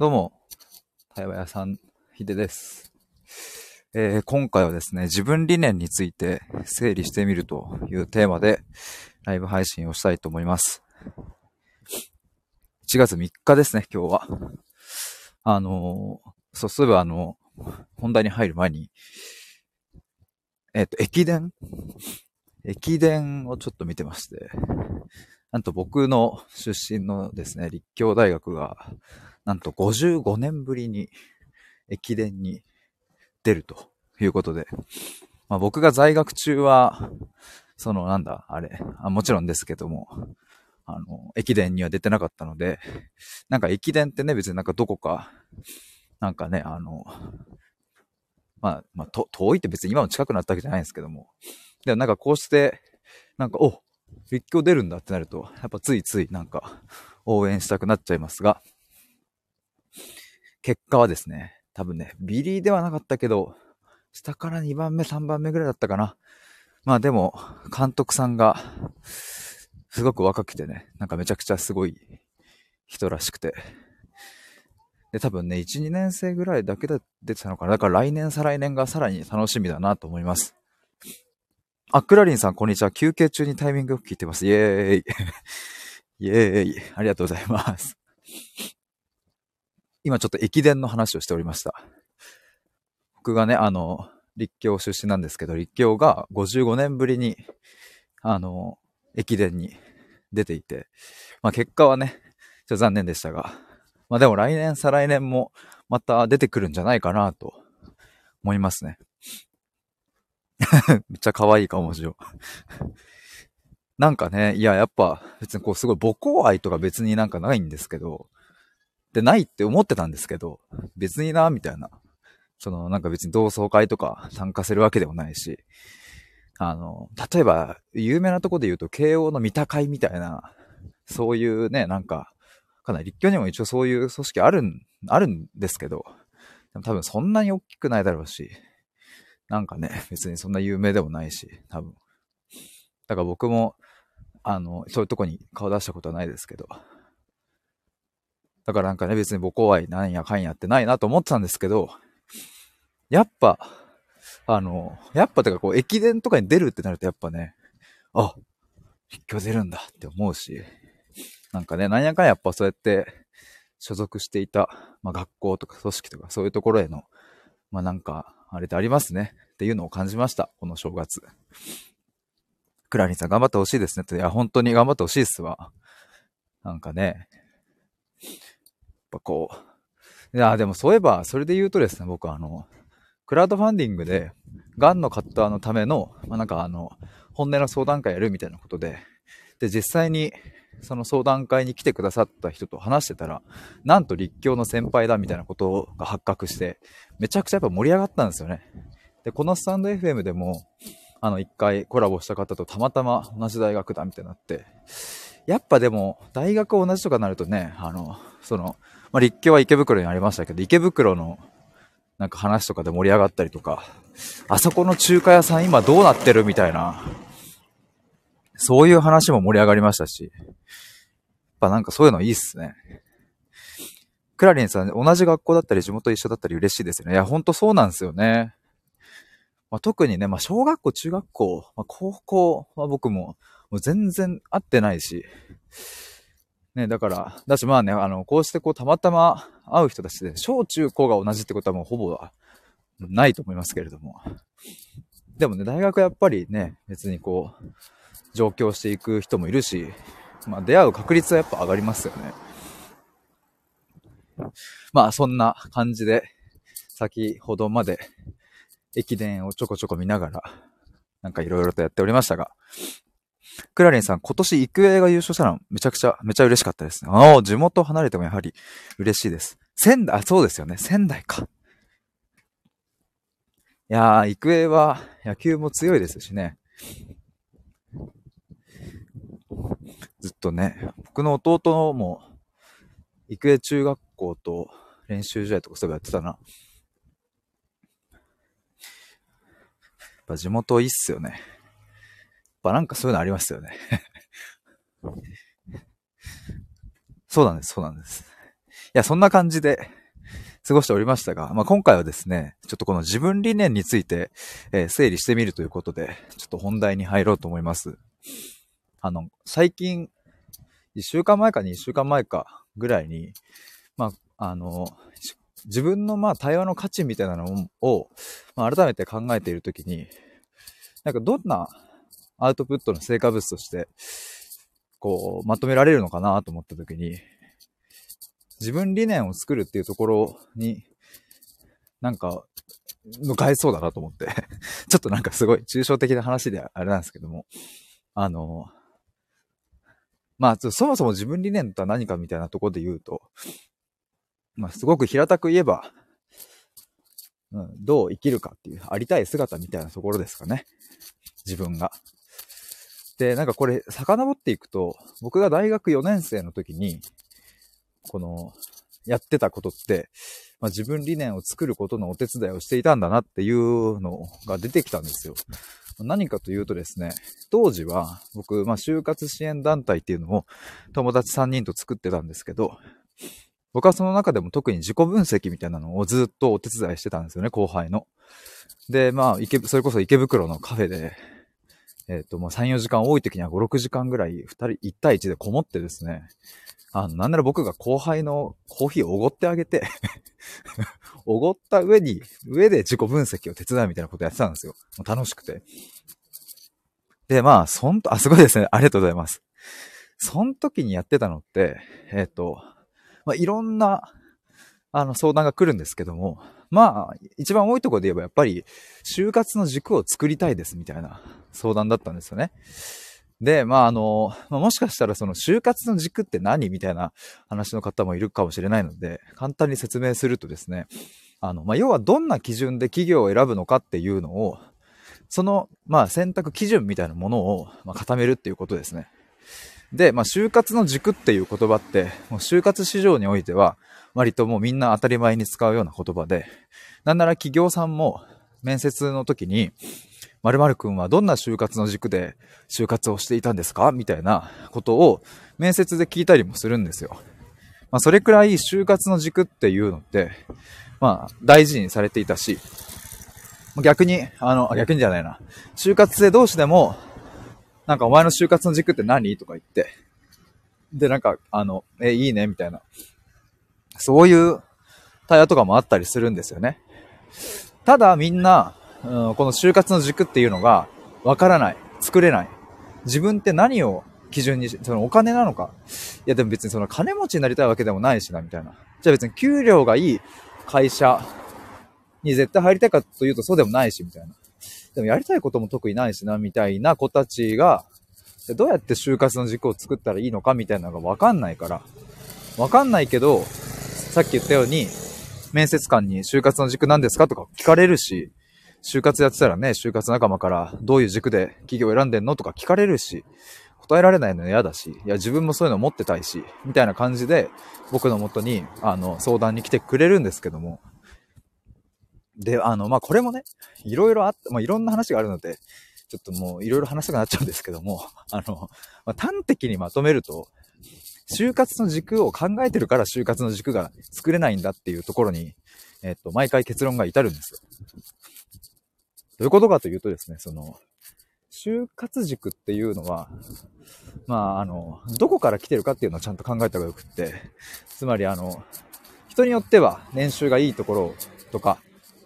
どうも、対話屋さん、ひでです。今回はですね、自分理念について整理してみるというテーマでライブ配信をしたいと思います。1月3日ですね、今日は。そういえば本題に入る前に、駅伝をちょっと見てまして、なんと僕の出身のですね、立教大学が、なんと55年ぶりに駅伝に出るということで、僕が在学中は、もちろんですけども、駅伝には出てなかったので、なんか駅伝ってね、別になんかどこか、なんかね、遠いって別に今も近くなったわけじゃないんですけども、でもなんかこうして、なんか、立教出るんだってなると、やっぱついついなんか、応援したくなっちゃいますが、結果はですね、多分ね、ビリではなかったけど、下から2番目、3番目ぐらいだったかな。まあでも、監督さんが、すごく若くてね、なんかめちゃくちゃすごい人らしくて。で、多分ね、1、2年生ぐらいだけで出てたのかな。だから来年、再来年がさらに楽しみだなと思います。クラリンさん、こんにちは。休憩中にタイミングよく聞いてます。イエーイ。イエーイ。ありがとうございます。今ちょっと駅伝の話をしておりました。僕がね、立教出身なんですけど、立教が55年ぶりに、駅伝に出ていて、結果はね、ちょっと残念でしたが、でも来年、再来年もまた出てくるんじゃないかなと思いますね。めっちゃ可愛い顔文字を。なんかね、いや、やっぱ別にこうすごい母校愛とか別になんかないんですけど、で、ないって思ってたんですけど、別にな、みたいな。なんか別に同窓会とか参加するわけでもないし、例えば、有名なとこで言うと、慶応の三田会みたいな、そういうね、なんか、かなり立教にも一応そういう組織あるんですけど、でも多分そんなに大きくないだろうし、なんかね、別にそんな有名でもないし、多分。だから僕も、そういうとこに顔出したことはないですけど。だからなんかね、別に母校愛なんやかんやってないなと思ってたんですけど、やっぱてかこう、駅伝とかに出るってなるとやっぱね、立教出るんだって思うし、なんかね、なんやかんやっぱそうやって所属していた、学校とか組織とかそういうところへの、なんか、あれってありますねっていうのを感じました。この正月。クラリンさん頑張ってほしいですねって。いや、本当に頑張ってほしいっすわ。なんかね、やっぱこう。いや、でもそういえば、それで言うとですね、僕クラウドファンディングで、癌の方のための、本音の相談会やるみたいなことで、で、実際に、その相談会に来てくださった人と話してたら、なんと立教の先輩だみたいなことが発覚して、めちゃくちゃやっぱ盛り上がったんですよね。で、このスタンド FM でも、一回コラボした方とたまたま同じ大学だみたいになって、やっぱでも、大学同じとかになるとね、立教は池袋にありましたけど、池袋のなんか話とかで盛り上がったりとか、あそこの中華屋さん今どうなってるみたいな、そういう話も盛り上がりましたし、やっぱなんかそういうのいいっすね。クラリンさん、同じ学校だったり地元一緒だったり嬉しいですよね。いや、ほんとそうなんですよね。特にね、小学校、中学校、高校は僕も全然会ってないし、ね、だしこうしてこうたまたま会う人たちで、小中高が同じってことはもうほぼはないと思いますけれども。でもね、大学やっぱりね、別にこう、上京していく人もいるし、出会う確率はやっぱ上がりますよね。そんな感じで、先ほどまで駅伝をちょこちょこ見ながら、なんかいろいろとやっておりましたが、クラリンさん、今年育英が優勝したのめちゃ嬉しかったですね。地元離れてもやはり嬉しいです。そうですよね。仙台か。いやー、育英は野球も強いですしね。ずっとね、僕の弟も、育英中学校と練習試合とかそういえばやってたな。やっぱ地元いいっすよね。やっぱなんかそういうのありますよね。そうなんです。 や、そんな感じで過ごしておりましたが、まあ、今回はですね、ちょっとこの自分理念について、整理してみるということで、ちょっと本題に入ろうと思います。最近、1週間前か2週間前かぐらいに、まあ、自分の対話の価値みたいなのを、改めて考えているときに、なんかどんなアウトプットの成果物として、こう、まとめられるのかなと思ったときに、自分理念を作るっていうところに、なんか、向かえそうだなと思って、ちょっとなんかすごい抽象的な話であれなんですけども、そもそも自分理念とは何かみたいなところで言うと、すごく平たく言えば、どう生きるかっていう、ありたい姿みたいなところですかね。自分が。で、なんかこれ、遡っていくと、僕が大学4年生の時に、やってたことって、自分理念を作ることのお手伝いをしていたんだなっていうのが出てきたんですよ。何かというとですね、当時は僕、就活支援団体っていうのを友達3人と作ってたんですけど、僕はその中でも特に自己分析みたいなのをずっとお手伝いしてたんですよね、後輩の。で、それこそ池袋のカフェで、3、4時間、多い時には5、6時間ぐらい2人1対1でこもってですね、なんなら僕が後輩のコーヒーをおごってあげておごった上で自己分析を手伝うみたいなことやってたんですよ。もう楽しくて。で、すごいですね。ありがとうございます。その時にやってたのって、いろんな、相談が来るんですけども、一番多いところで言えばやっぱり、就活の軸を作りたいですみたいな相談だったんですよね。で、もしかしたらその就活の軸って何みたいな話の方もいるかもしれないので、簡単に説明するとですね、要はどんな基準で企業を選ぶのかっていうのを、その、選択基準みたいなものを、固めるっていうことですね。で、就活の軸っていう言葉って、もう就活市場においては、割ともうみんな当たり前に使うような言葉で、なんなら企業さんも面接の時に、〇〇くんはどんな就活の軸で就活をしていたんですかみたいなことを面接で聞いたりもするんですよ。それくらい就活の軸っていうのって、大事にされていたし、逆にじゃないな。就活生同士でも、なんかお前の就活の軸って何とか言って、で、なんか、いいねみたいな。そういう対話とかもあったりするんですよね。ただみんな、この就活の軸っていうのがわからない。作れない。自分って何を基準にそのお金なのか。いやでも別にその金持ちになりたいわけでもないしな、みたいな。じゃあ別に給料がいい会社に絶対入りたいかというとそうでもないし、みたいな。でもやりたいことも特にないしな、みたいな子たちが、どうやって就活の軸を作ったらいいのかみたいなのがわかんないから。わかんないけど、さっき言ったように、面接官に就活の軸何ですかとか聞かれるし、就活やってたらね、就活仲間からどういう軸で企業選んでんのとか聞かれるし、答えられないの嫌だし、いや自分もそういうの持ってたいし、みたいな感じで僕の元に相談に来てくれるんですけども。で、これもね、いろいろあって、いろんな話があるので、ちょっともういろいろ話したくなっちゃうんですけども、端的にまとめると、就活の軸を考えてるから就活の軸が作れないんだっていうところに、毎回結論が至るんですよ。どういうことかというとですね、就活軸っていうのは、どこから来てるかっていうのをちゃんと考えた方がよくって、つまり人によっては年収がいいところとか、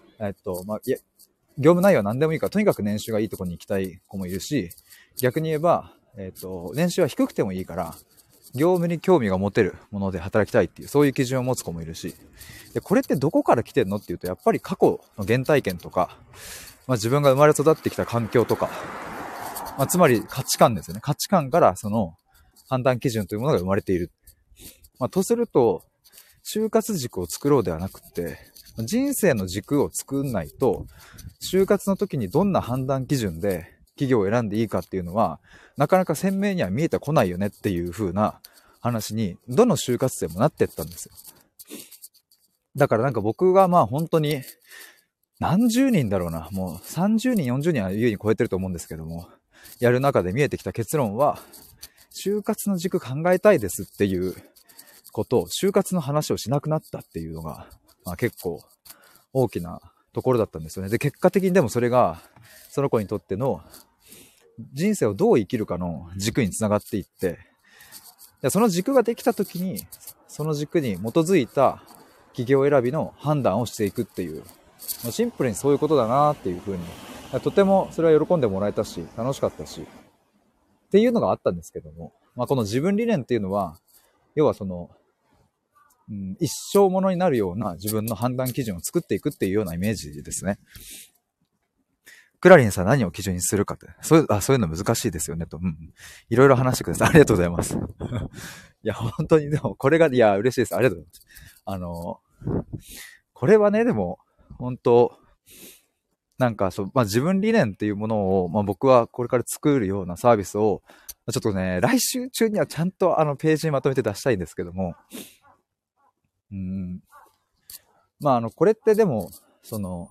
業務内容は何でもいいから、とにかく年収がいいところに行きたい子もいるし、逆に言えば、年収は低くてもいいから、業務に興味が持てるもので働きたいっていう、そういう基準を持つ子もいるし、で、これってどこから来てんのっていうと、やっぱり過去の原体験とか、自分が生まれ育ってきた環境とか、つまり価値観ですよね。価値観からその判断基準というものが生まれている。とすると、就活軸を作ろうではなくて、人生の軸を作んないと、就活の時にどんな判断基準で企業を選んでいいかっていうのは、なかなか鮮明には見えてこないよねっていう風な話に、どの就活生もなってったんですよ。だからなんか僕が本当に、何十人だろうな、もう30人、40人は優に超えてると思うんですけども、やる中で見えてきた結論は、就活の軸考えたいですっていう子と就活の話をしなくなったっていうのが、まあ、結構大きなところだったんですよね。で、結果的にでもそれがその子にとっての人生をどう生きるかの軸につながっていって、でその軸ができた時にその軸に基づいた企業選びの判断をしていくっていう、シンプルにそういうことだなっていうふうに、とてもそれは喜んでもらえたし楽しかったしっていうのがあったんですけども、まあ、この自分理念っていうのは要はその、一生ものになるような自分の判断基準を作っていくっていうようなイメージですね。クラリンさん何を基準にするかって、そういうの難しいですよねと、いろいろ話してください。ありがとうございます。いや本当にでもこれがいや嬉しいです。ありがとうございます。これはねでも本当なんかそう、まあ、自分理念っていうものを、まあ、僕はこれから作るようなサービスをちょっとね来週中にはちゃんとページにまとめて出したいんですけども、まあこれってでもその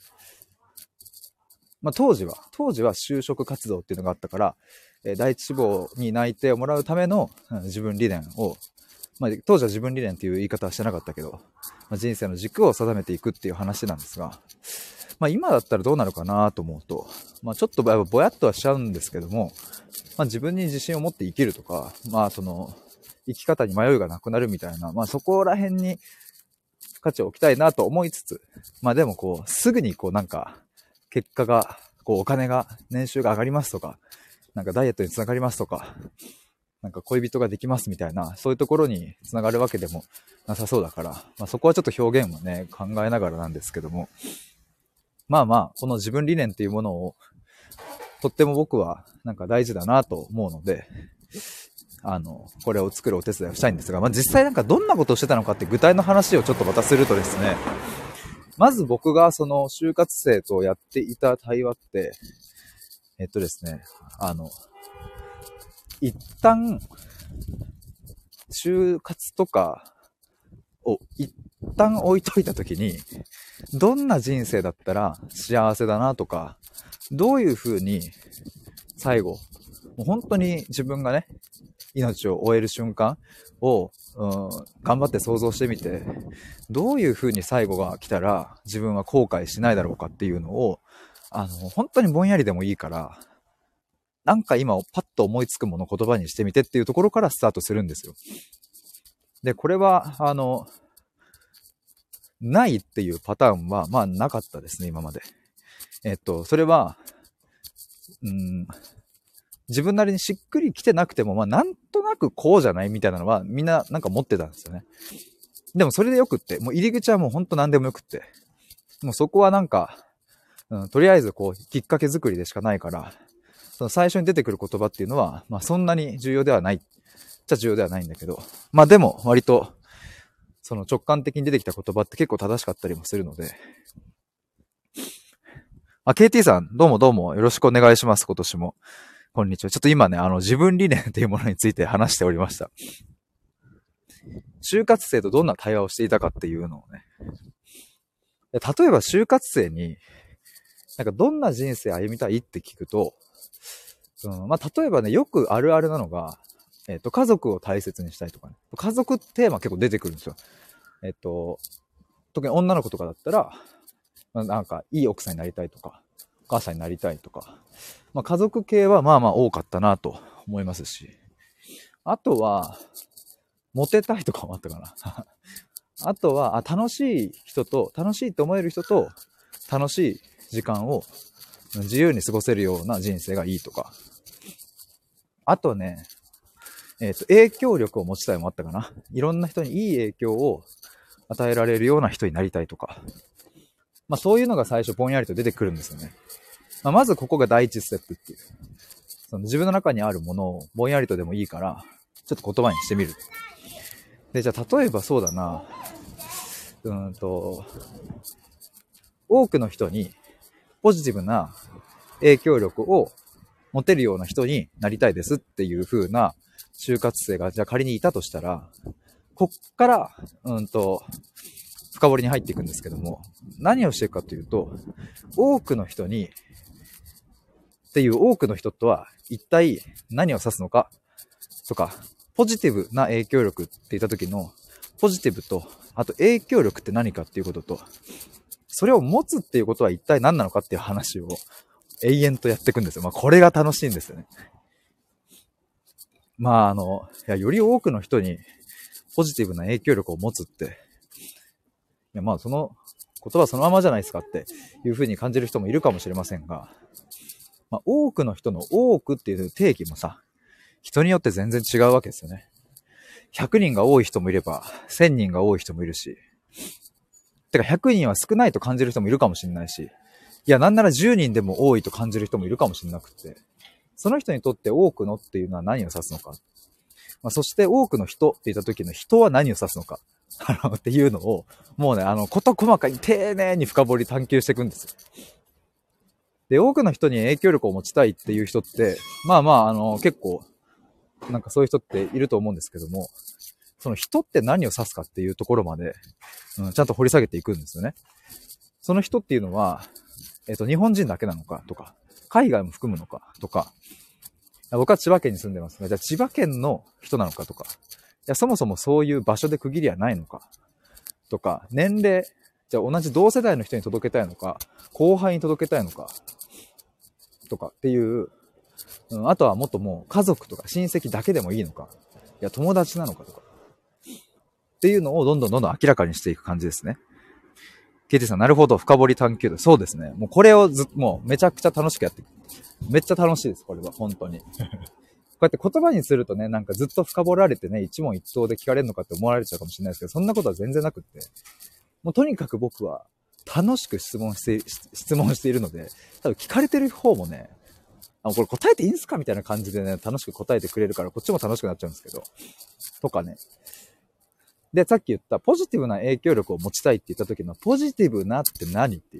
まあ当時は就職活動っていうのがあったから、第一志望に内定をもらうための、自分理念を、まあ当時は自分理念っていう言い方はしてなかったけど、まあ、人生の軸を定めていくっていう話なんですが、まあ今だったらどうなるかなと思うと、まあちょっとぼやっとはしちゃうんですけども、まあ自分に自信を持って生きるとか、まあその生き方に迷いがなくなるみたいな、まあそこら辺に価値を置きたいなと思いつつ、まあでもこうすぐにこうなんか結果がこうお金が年収が上がりますとか、なんかダイエットにつながりますとか、なんか恋人ができますみたいな、そういうところにつながるわけでもなさそうだから、まあそこはちょっと表現もね考えながらなんですけども、まあまあこの自分理念っていうものをとっても僕はなんか大事だなと思うので、これを作るお手伝いをしたいんですが、まあ実際なんかどんなことをしてたのかって具体の話をちょっとまたするとですね、まず僕がその就活生とやっていた対話って、ですね、一旦、就活とかを一旦置いといたときに、どんな人生だったら幸せだなとか、どういう風に最後、もう本当に自分がね、命を終える瞬間を、頑張って想像してみて、どういう風に最後が来たら自分は後悔しないだろうかっていうのを、本当にぼんやりでもいいから、なんか今パッと思いつくものを言葉にしてみてっていうところからスタートするんですよ。で、これは、ないっていうパターンは、まあなかったですね、今まで。それは、自分なりにしっくりきてなくても、まあなんとなくこうじゃないみたいなのはみんななんか持ってたんですよね。でもそれでよくって、もう入り口はもうほんと何でもよくって。もうそこはなんか、とりあえずこうきっかけ作りでしかないから、その最初に出てくる言葉っていうのは、まあそんなに重要ではない。じゃ重要ではないんだけど、まあでも割と、その直感的に出てきた言葉って結構正しかったりもするので。KT さん、どうもよろしくお願いします、今年も。こんにちは。ちょっと今ね、自分理念というものについて話しておりました。就活生とどんな対話をしていたかっていうのをね。例えば就活生に、なんかどんな人生歩みたいって聞くと、まあ、例えばね、よくあるあるなのが、家族を大切にしたいとかね。家族テーマ結構出てくるんですよ。特に女の子とかだったら、まあ、なんかいい奥さんになりたいとか、お母さんになりたいとか、まあ、家族系はまあまあ多かったなと思いますし、あとは、モテたいとかもあったかな。あとは、楽しいと思える人と、楽しい時間を自由に過ごせるような人生がいいとか。あとね、影響力を持ちたいもあったかな。いろんな人にいい影響を与えられるような人になりたいとか。まあそういうのが最初ぼんやりと出てくるんですよね。まあ、まずここが第一ステップっていう。その自分の中にあるものをぼんやりとでもいいから、ちょっと言葉にしてみる。で、じゃあ例えばそうだな。多くの人にポジティブな影響力を持てるような人になりたいですっていう風な就活生がじゃあ仮にいたとしたら、こっから深掘りに入っていくんですけども、何をしていくかというと、多くの人にっていう多くの人とは一体何を指すのかとか、 ポジティブな影響力って言った時の、ポジティブと、あと影響力って何かっていうことと、それを持つっていうことは一体何なのかっていう話を永遠とやっていくんですよ。これが楽しいんですよね。より多くの人にポジティブな影響力を持つって、その言葉そのままじゃないですかっていう風に感じる人もいるかもしれませんが、多くの人の多くっていう定義もさ、人によって全然違うわけですよね。100人が多い人もいれば、1000人が多い人もいるし、てか100人は少ないと感じる人もいるかもしれないし、いや、なんなら10人でも多いと感じる人もいるかもしれなくて、その人にとって多くのっていうのは何を指すのか。そして多くの人って言った時の人は何を指すのか。っていうのを、もうね、事細かに丁寧に深掘り探求していくんですよ。で、多くの人に影響力を持ちたいっていう人って、結構、そういう人っていると思うんですけども、その人って何を指すかっていうところまで、ちゃんと掘り下げていくんですよね。その人っていうのは、日本人だけなのかとか、海外も含むのかとか、僕は千葉県に住んでますが、じゃあ千葉県の人なのかとか、いや、そもそもそういう場所で区切りはないのかとか、年齢、じゃあ同じ同世代の人に届けたいのか、後輩に届けたいのかとかっていう、あとはもっともう家族とか親戚だけでもいいのか、いや、友達なのかとかっていうのをどんどん明らかにしていく感じですね。KT さん、なるほど、深掘り探求度。そうですね。もうこれをもうめちゃくちゃ楽しくやっていく。めっちゃ楽しいです、これは、本当に。こうやって言葉にするとね、ずっと深掘られてね、一問一答で聞かれるのかって思われちゃうかもしれないですけど、そんなことは全然なくって、もうとにかく僕は楽しく質問しているので、多分聞かれてる方もね、これ答えていいんすかみたいな感じでね、楽しく答えてくれるから、こっちも楽しくなっちゃうんですけど、とかね。で、さっき言ったポジティブな影響力を持ちたいって言った時のポジティブなって何っていう。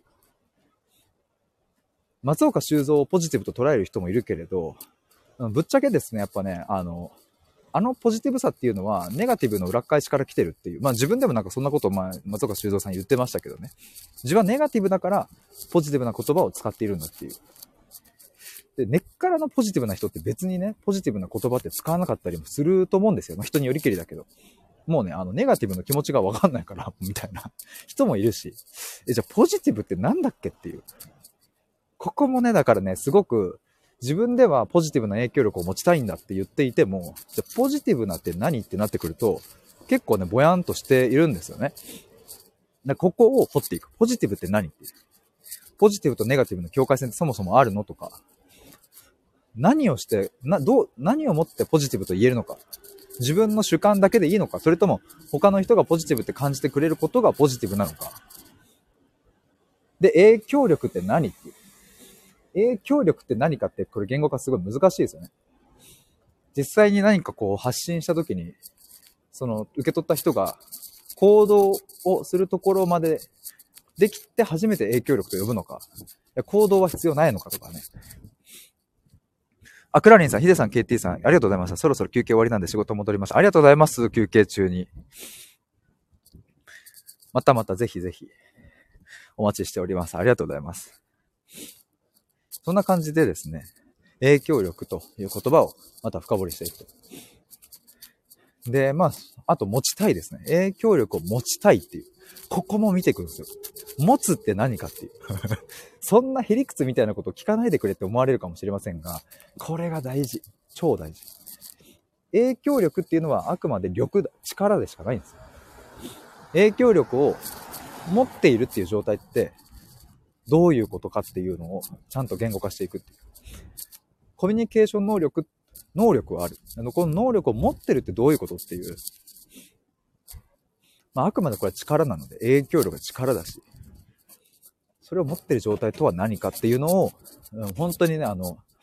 松岡修造をポジティブと捉える人もいるけれど、ぶっちゃけですね、やっぱね、ポジティブさっていうのはネガティブの裏返しから来てるっていう。自分でもそんなことを松岡修造さん言ってましたけどね。自分はネガティブだからポジティブな言葉を使っているんだっていう。で、根っからのポジティブな人って別にね、ポジティブな言葉って使わなかったりもすると思うんですよ。人によりけりだけど。もうね、ネガティブの気持ちがわかんないから、みたいな人もいるし。じゃあポジティブってなんだっけっていう。ここもね、だからね、すごく自分ではポジティブな影響力を持ちたいんだって言っていても、じゃあポジティブなって何ってなってくると、結構ね、ぼやんとしているんですよね。ここを掘っていく。ポジティブって何っていう。ポジティブとネガティブの境界線ってそもそもあるのとか、何をもってポジティブと言えるのか。自分の主観だけでいいのか、それとも他の人がポジティブって感じてくれることがポジティブなのか。で、影響力って何っていう。影響力って何かって、これ言語化すごい難しいですよね。実際に何か発信したときに、受け取った人が行動をするところまでできて初めて影響力と呼ぶのか、行動は必要ないのかとかね。クラリンさん、ヒデさん、KT さん、ありがとうございました。そろそろ休憩終わりなんで仕事戻りました。ありがとうございます。休憩中に。またぜひぜひお待ちしております。ありがとうございます。そんな感じでですね、影響力という言葉をまた深掘りしていくと。で、あと持ちたいですね。影響力を持ちたいっていう。ここも見ていくんですよ。持つって何かっていう。そんなへりくつみたいなことを聞かないでくれって思われるかもしれませんが、これが大事。超大事。影響力っていうのはあくまで力でしかないんですよ。影響力を持っているっていう状態って、どういうことかっていうのをちゃんと言語化していくっていう。コミュニケーション能力はある。この能力を持ってるってどういうことっていう。あくまでこれは力なので、影響力は力だし、それを持ってる状態とは何かっていうのを、本当にね、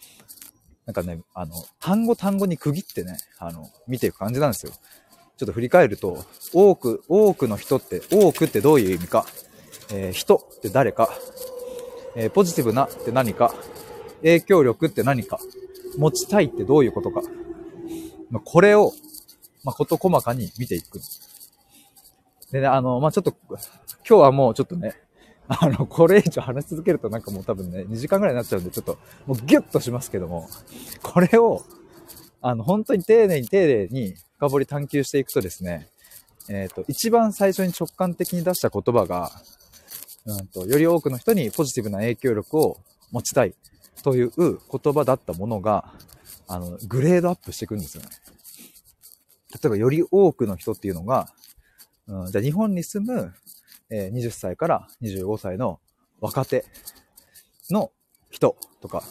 単語に区切ってね、見ていく感じなんですよ。ちょっと振り返ると、多くの人って、多くってどういう意味か、人って誰か、ポジティブなって何か、影響力って何か、持ちたいってどういうことか。これを、事細かに見ていく。でね、ちょっと、今日はもうちょっとね、これ以上話し続けるともう多分ね、2時間ぐらいになっちゃうんで、ちょっと、もうギュッとしますけども、これを、 本当に丁寧に丁寧に深掘り探求していくとですね、一番最初に直感的に出した言葉が、より多くの人にポジティブな影響力を持ちたいという言葉だったものが、グレードアップしていくんですよね。例えば、より多くの人っていうのが、じゃあ日本に住む、20歳から25歳の若手の人とか、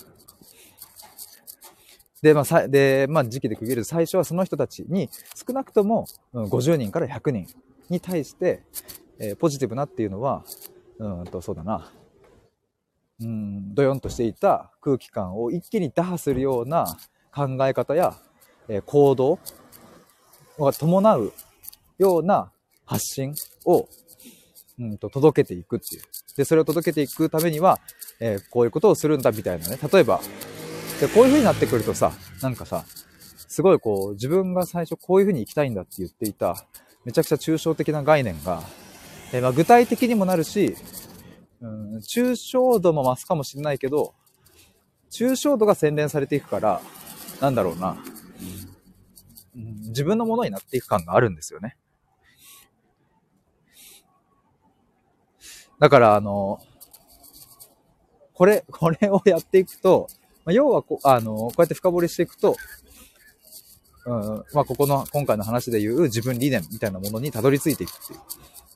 で、時期で区切る最初はその人たちに少なくとも50人から100人に対して、ポジティブなっていうのは、そうだな、ドヨンとしていた空気感を一気に打破するような考え方や、行動が伴うような発信を、届けていくっていう。で、それを届けていくためには、こういうことをするんだみたいなね。例えば、で、こういう風になってくるとさ、なんかさ、すごいこう、自分が最初こういう風に生きたいんだって言っていた、めちゃくちゃ抽象的な概念が、具体的にもなるし、抽象度も増すかもしれないけど、抽象度が洗練されていくから、なんだろうな、自分のものになっていく感があるんですよね。だから、これをやっていくと、要はこうやって深掘りしていくと、今回の話でいう自分理念みたいなものにたどり着いていくっていう。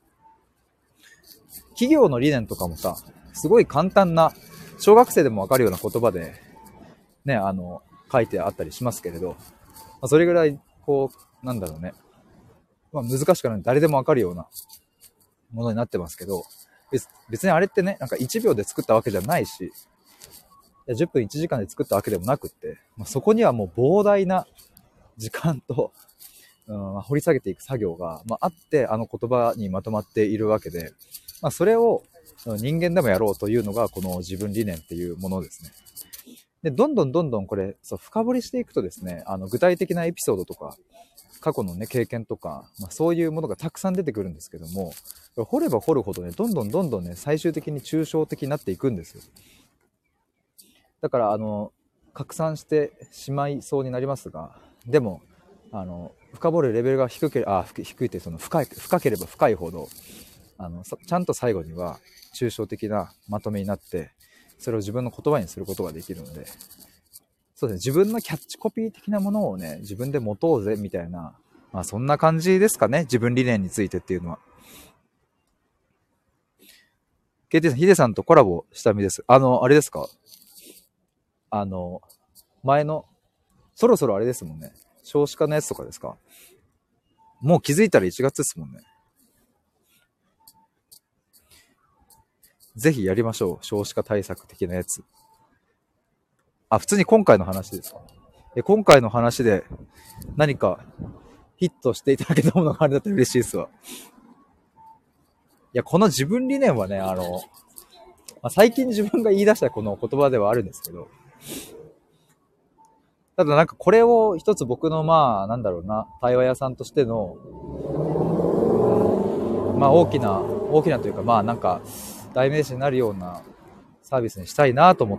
企業の理念とかもさ、すごい簡単な、小学生でもわかるような言葉で、ね、書いてあったりしますけれど、それぐらい、こう、なんだろうね。難しくない、誰でもわかるようなものになってますけど、別にあれってね、なんか1秒で作ったわけじゃないし、10分1時間で作ったわけでもなくって、そこにはもう膨大な時間と、掘り下げていく作業が、あって、あの言葉にまとまっているわけで、それを人間でもやろうというのが、この自分理念っていうものですね。で、どんどんこれ、深掘りしていくとですね、具体的なエピソードとか、過去のね、経験とか、そういうものがたくさん出てくるんですけども、掘れば掘るほどね、どんどんね、最終的に抽象的になっていくんですよ。だから、拡散してしまいそうになりますが、でも、深掘るレベルが低いって、深ければ深いほど、ちゃんと最後には抽象的なまとめになって、それを自分の言葉にすることができるので、そうですね、自分のキャッチコピー的なものをね、自分で持とうぜ、みたいな、そんな感じですかね、自分理念についてっていうのは。KT さん、ヒデさんとコラボした身です。あれですか？あの、前の、そろそろあれですもんね。少子化のやつとかですか？もう気づいたら1月ですもんね。ぜひやりましょう。少子化対策的なやつ。普通に今回の話ですか？今回の話で何かヒットしていただけたものがあれだったら嬉しいですわ。いや、この自分理念はね、最近自分が言い出したこの言葉ではあるんですけど、ただなんかこれを一つ僕のなんだろうな、対話屋さんとしての、大きなというか、なんか代名詞になるようなサービスにしたいなと思って、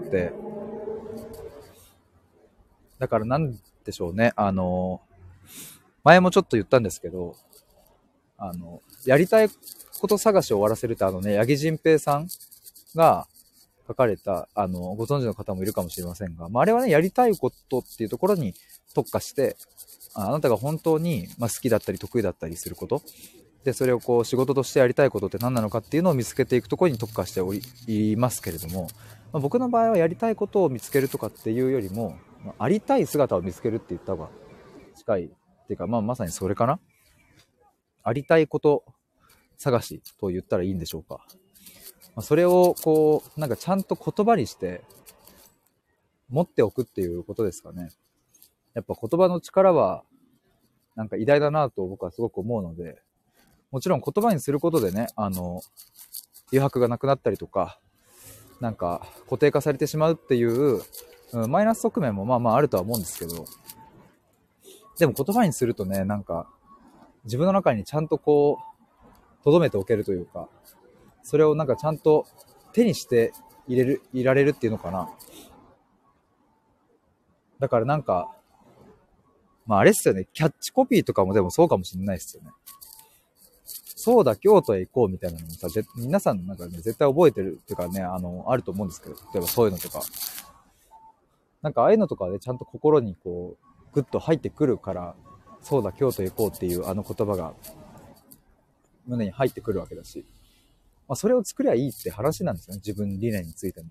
だからなんでしょうね、前もちょっと言ったんですけど、やりたいこと探しを終わらせるって八木仁平さんが書かれた、ご存知の方もいるかもしれませんが、あれはね、やりたいことっていうところに特化して、あなたが本当に、好きだったり得意だったりすること、で、それをこう仕事としてやりたいことって何なのかっていうのを見つけていくところに特化していますけれども、僕の場合はやりたいことを見つけるとかっていうよりも、ありたい姿を見つけるって言った方が近いっていうか、まさにそれかな。ありたいこと探しと言ったらいいんでしょうか。それをこうなんかちゃんと言葉にして持っておくっていうことですかね。やっぱ言葉の力はなんか偉大だなと僕はすごく思うので、もちろん言葉にすることでね、余白がなくなったりとか、なんか固定化されてしまうっていう、マイナス側面もあるとは思うんですけど、でも言葉にするとね、なんか自分の中にちゃんとこう留めておけるというか、それをなんかちゃんと手にしていられるっていうのかな。だからなんかまああれっすよね、キャッチコピーとかもでもそうかもしれないっすよね。そうだ、京都へ行こうみたいなのもさ、皆さんなんかね、絶対覚えてるっていうかね、あると思うんですけど、例えばそういうのとか。なんかああいうのとかでちゃんと心にこう、グッと入ってくるから、そうだ、京都へ行こうっていうあの言葉が胸に入ってくるわけだし、まあそれを作りゃいいって話なんですよね、自分理念についても。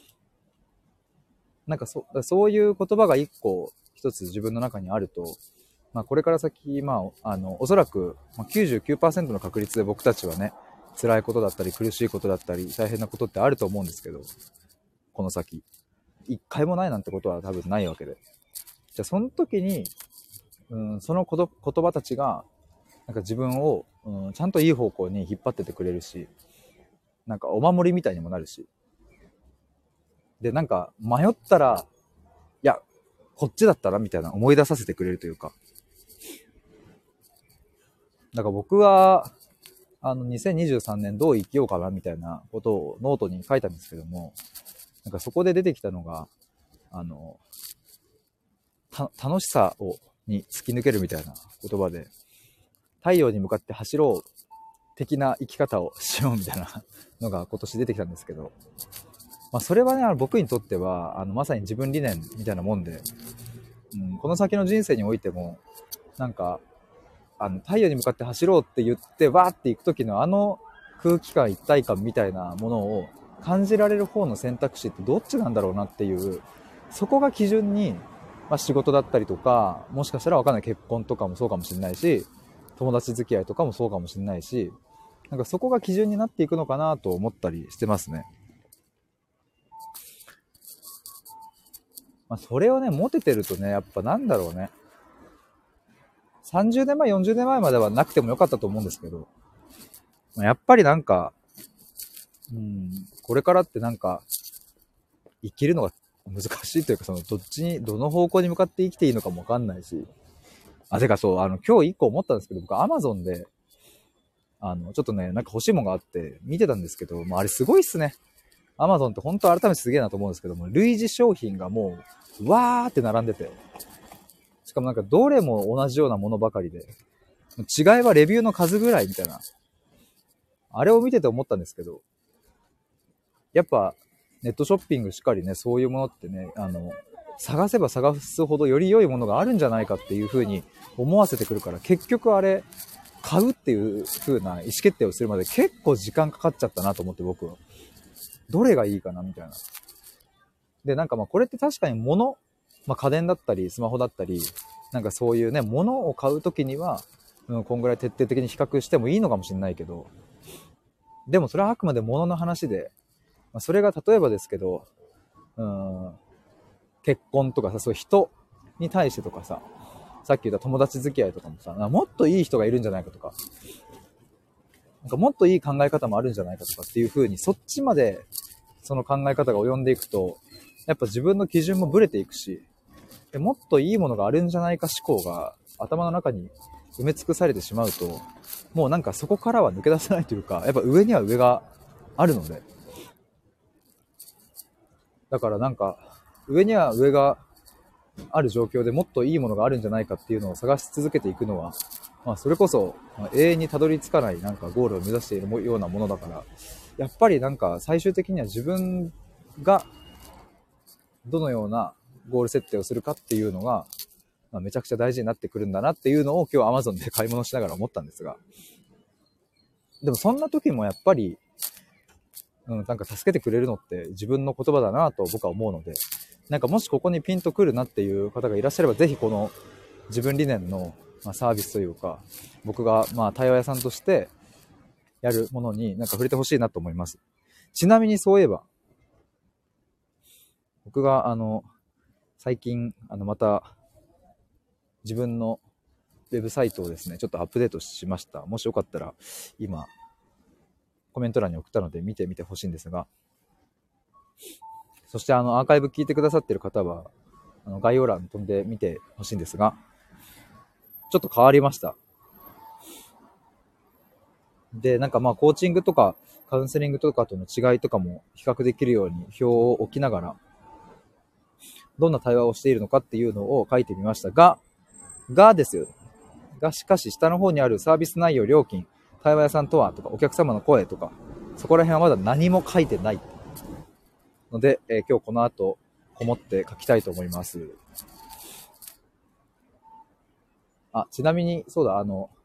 なんかそういう言葉が一つ自分の中にあると、まあこれから先、おそらく99%の確率で僕たちはね、辛いことだったり苦しいことだったり大変なことってあると思うんですけど、この先。一回もないなんてことは多分ないわけで。じゃあその時に、その言葉たちが、なんか自分を、ちゃんといい方向に引っ張っててくれるし、なんかお守りみたいにもなるし。で、なんか迷ったら、いや、こっちだったらみたいな思い出させてくれるというか。だから僕は、2023年どう生きようかなみたいなことをノートに書いたんですけども、なんかそこで出てきたのが、あの、楽しさに突き抜けるみたいな言葉で、太陽に向かって走ろう的な生き方をしようみたいなのが今年出てきたんですけど、まあそれはね、僕にとっては、まさに自分理念みたいなもんで、この先の人生においても、なんか、太陽に向かって走ろうって言って、わーって行く時の空気感、一体感みたいなものを感じられる方の選択肢ってどっちなんだろうなっていう、そこが基準に、まあ仕事だったりとか、もしかしたらわかんない結婚とかもそうかもしれないし、友達付き合いとかもそうかもしれないし、なんかそこが基準になっていくのかなと思ったりしてますね。まあそれをね、持ててるとね、やっぱなんだろうね。30年前、40年前まではなくてもよかったと思うんですけど、やっぱりなんか、これからってなんか、生きるのが難しいというか、どの方向に向かって生きていいのかもわかんないし。てかそう、今日一個思ったんですけど、僕 Amazon で、ちょっとね、なんか欲しいものがあって見てたんですけど、あれすごいっすね。Amazon って本当改めてすげえなと思うんですけども、類似商品がもう、わーって並んでて。しかもなんかどれも同じようなものばかりで、違いはレビューの数ぐらいみたいな。あれを見てて思ったんですけど、やっぱネットショッピングしっかりね、そういうものってね、探せば探すほどより良いものがあるんじゃないかっていう風に思わせてくるから、結局あれ、買うっていう風な意思決定をするまで結構時間かかっちゃったなと思って僕は。どれがいいかなみたいな。で、なんかこれって確かに物、家電だったりスマホだったり、なんかそういうね、物を買うときには、こんぐらい徹底的に比較してもいいのかもしれないけど、でもそれはあくまで物の話で、それが例えばですけど、結婚とかさ、そういう人に対してとかさ、さっき言った友達付き合いとかもさ、もっといい人がいるんじゃないかとか、なんかもっといい考え方もあるんじゃないかとかっていう風に、そっちまでその考え方が及んでいくと、やっぱ自分の基準もブレていくし、もっといいものがあるんじゃないか思考が頭の中に埋め尽くされてしまうと、もうなんかそこからは抜け出せないというか、やっぱ上には上があるので、だからなんか上には上がある状況でもっといいものがあるんじゃないかっていうのを探し続けていくのは、それこそ永遠にたどり着かないなんかゴールを目指しているようなものだから、やっぱりなんか最終的には自分がどのようなゴール設定をするかっていうのが、めちゃくちゃ大事になってくるんだなっていうのを今日 Amazon で買い物しながら思ったんですが、でもそんな時もやっぱり、なんか助けてくれるのって自分の言葉だなと僕は思うので、なんかもしここにピンとくるなっていう方がいらっしゃれば、ぜひこの自分理念のサービスというか、僕が対話屋さんとしてやるものになんか触れてほしいなと思います。ちなみにそういえば、僕が最近また自分のウェブサイトをですね、ちょっとアップデートしました。もしよかったら今コメント欄に送ったので見てみてほしいんですが、そしてアーカイブ聞いてくださっている方は概要欄飛んでみてほしいんですが、ちょっと変わりました。で、なんかコーチングとかカウンセリングとかとの違いとかも比較できるように表を置きながら、どんな対話をしているのかっていうのを書いてみましたが、 がですよ。が、しかし下の方にあるサービス内容、料金、対話屋さんとはとか、お客様の声とか、そこら辺はまだ何も書いてないので、今日この後、こもって書きたいと思います。あ、ちなみに、そうだ、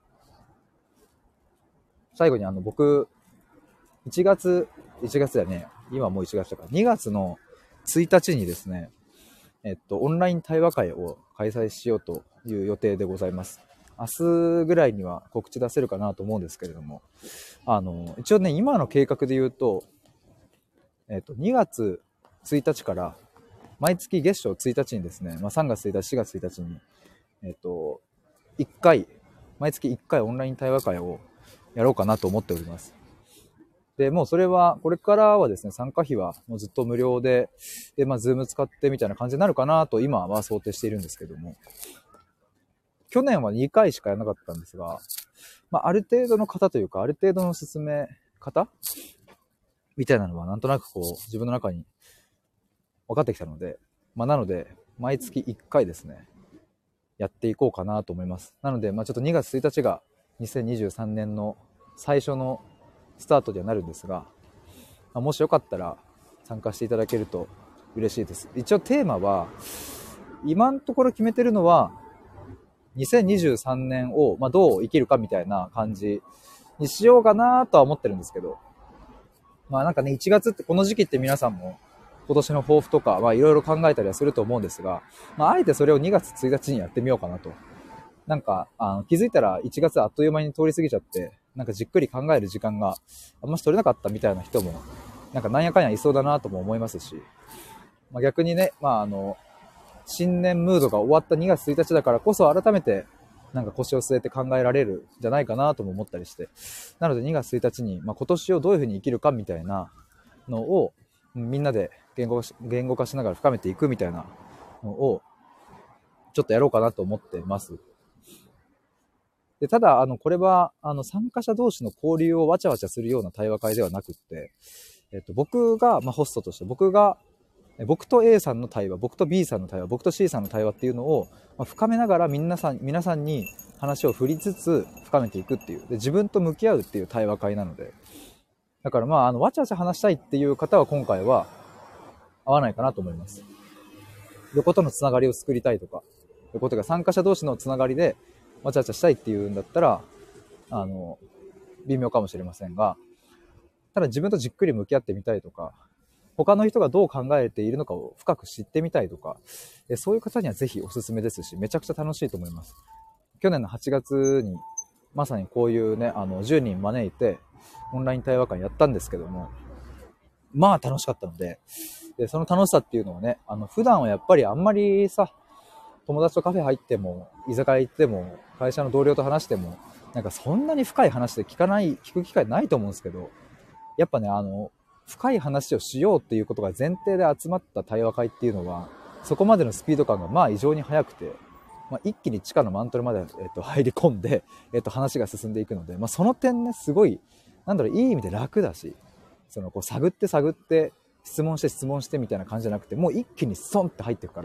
最後に僕、1月だね。今もう1月だから、2月の1日にですね、オンライン対話会を開催しようという予定でございます。明日ぐらいには告知出せるかなと思うんですけれども、一応ね、今の計画で言うと、2月1日から毎月月初1日にですね、3月1日、4月1日に、1回、毎月1回オンライン対話会をやろうかなと思っております。で、もうそれは、これからはですね、参加費はもうずっと無料で、ズーム使ってみたいな感じになるかなと今は想定しているんですけども、去年は2回しかやらなかったんですが、ある程度の方というか、ある程度の進め方みたいなのはなんとなく自分の中に分かってきたので、なので、毎月1回ですね、やっていこうかなと思います。なので、ちょっと2月1日が2023年の最初のスタートにはなるんですが、もしよかったら参加していただけると嬉しいです。一応テーマは、今のところ決めてるのは、2023年をどう生きるかみたいな感じにしようかなとは思ってるんですけど、なんかね、1月ってこの時期って皆さんも今年の抱負とかいろいろ考えたりはすると思うんですが、あえてそれを2月1日にやってみようかなと。なんか気づいたら1月あっという間に通り過ぎちゃって、なんかじっくり考える時間があんまし取れなかったみたいな人もなんかなんやかんやいそうだなとも思いますし、逆にね、新年ムードが終わった2月1日だからこそ改めてなんか腰を据えて考えられるんじゃないかなとも思ったりして、なので2月1日に、今年をどういうふうに生きるかみたいなのをみんなで言語化しながら深めていくみたいなのをちょっとやろうかなと思ってます。で、ただこれは参加者同士の交流をわちゃわちゃするような対話会ではなくって、僕がホストとして僕と A さんの対話、僕と B さんの対話、僕と C さんの対話っていうのを深めながら皆さんに話を振りつつ深めていくっていう。で、自分と向き合うっていう対話会なので。だからわちゃわちゃ話したいっていう方は今回は合わないかなと思います。横とのつながりを作りたいとか、横とか参加者同士のつながりでわちゃわちゃしたいっていうんだったら、微妙かもしれませんが、ただ自分とじっくり向き合ってみたいとか、他の人がどう考えているのかを深く知ってみたいとか、そういう方にはぜひおすすめですし、めちゃくちゃ楽しいと思います。去年の8月にまさにこういうね、10人招いてオンライン対話会やったんですけども、楽しかったので、その楽しさっていうのはね、普段はやっぱりあんまりさ、友達とカフェ入っても、居酒屋行っても、会社の同僚と話しても、なんかそんなに深い話で聞く機会ないと思うんですけど、やっぱね、深い話をしようっていうことが前提で集まった対話会っていうのは、そこまでのスピード感が異常に速くて、一気に地下のマントルまで、入り込んで、話が進んでいくので、その点ね、すごい、いい意味で楽だし、探って質問してみたいな感じじゃなくて、もう一気にスンって入っていくから、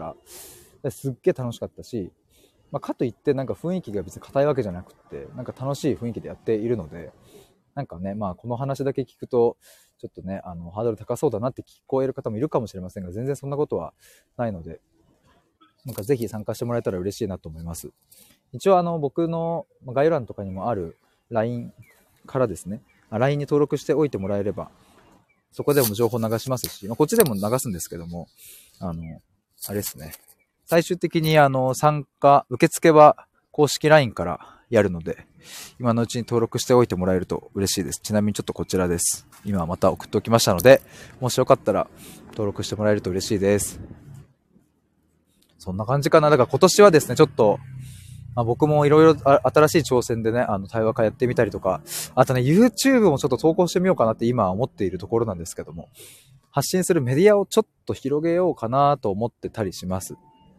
すっげえ楽しかったし、かといってなんか雰囲気が別に硬いわけじゃなくて、なんか楽しい雰囲気でやっているので、なんかね、この話だけ聞くと、ちょっとね、ハードル高そうだなって聞こえる方もいるかもしれませんが、全然そんなことはないので、なんかぜひ参加してもらえたら嬉しいなと思います。一応僕の概要欄とかにもある LINE からですね、LINE に登録しておいてもらえれば、そこでも情報流しますし、こっちでも流すんですけども、あれですね。最終的に受付は公式 LINE からやるので、今のうちに登録しておいてもらえると嬉しいです。ちなみにちょっとこちらです。今また送っておきましたので、もしよかったら登録してもらえると嬉しいです。そんな感じかな。だから今年はですね、ちょっと、僕もいろいろ新しい挑戦でね、対話会やってみたりとか、あとね、YouTube もちょっと投稿してみようかなって今思っているところなんですけども、発信するメディアをちょっと広げようかなと思ってたりします。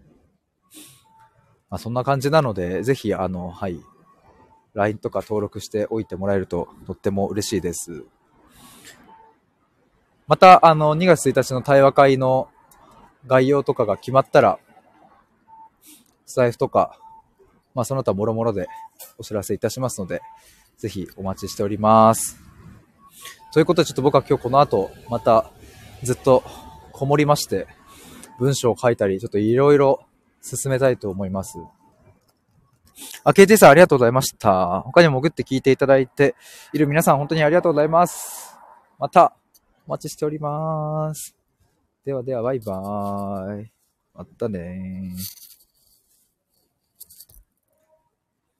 そんな感じなので、ぜひ、はい、LINE とか登録しておいてもらえるととっても嬉しいです。また、2月1日の対話会の概要とかが決まったら、スタイフとか、 まあその他もろもろでお知らせいたしますので、ぜひお待ちしております。ということでちょっと僕は今日この後、またずっとこもりまして、文章を書いたり、ちょっといろいろ進めたいと思います。KT さんありがとうございました。他にも潜って聞いていただいている皆さん本当にありがとうございます。またお待ちしております。ではではバイバーイ。またねー。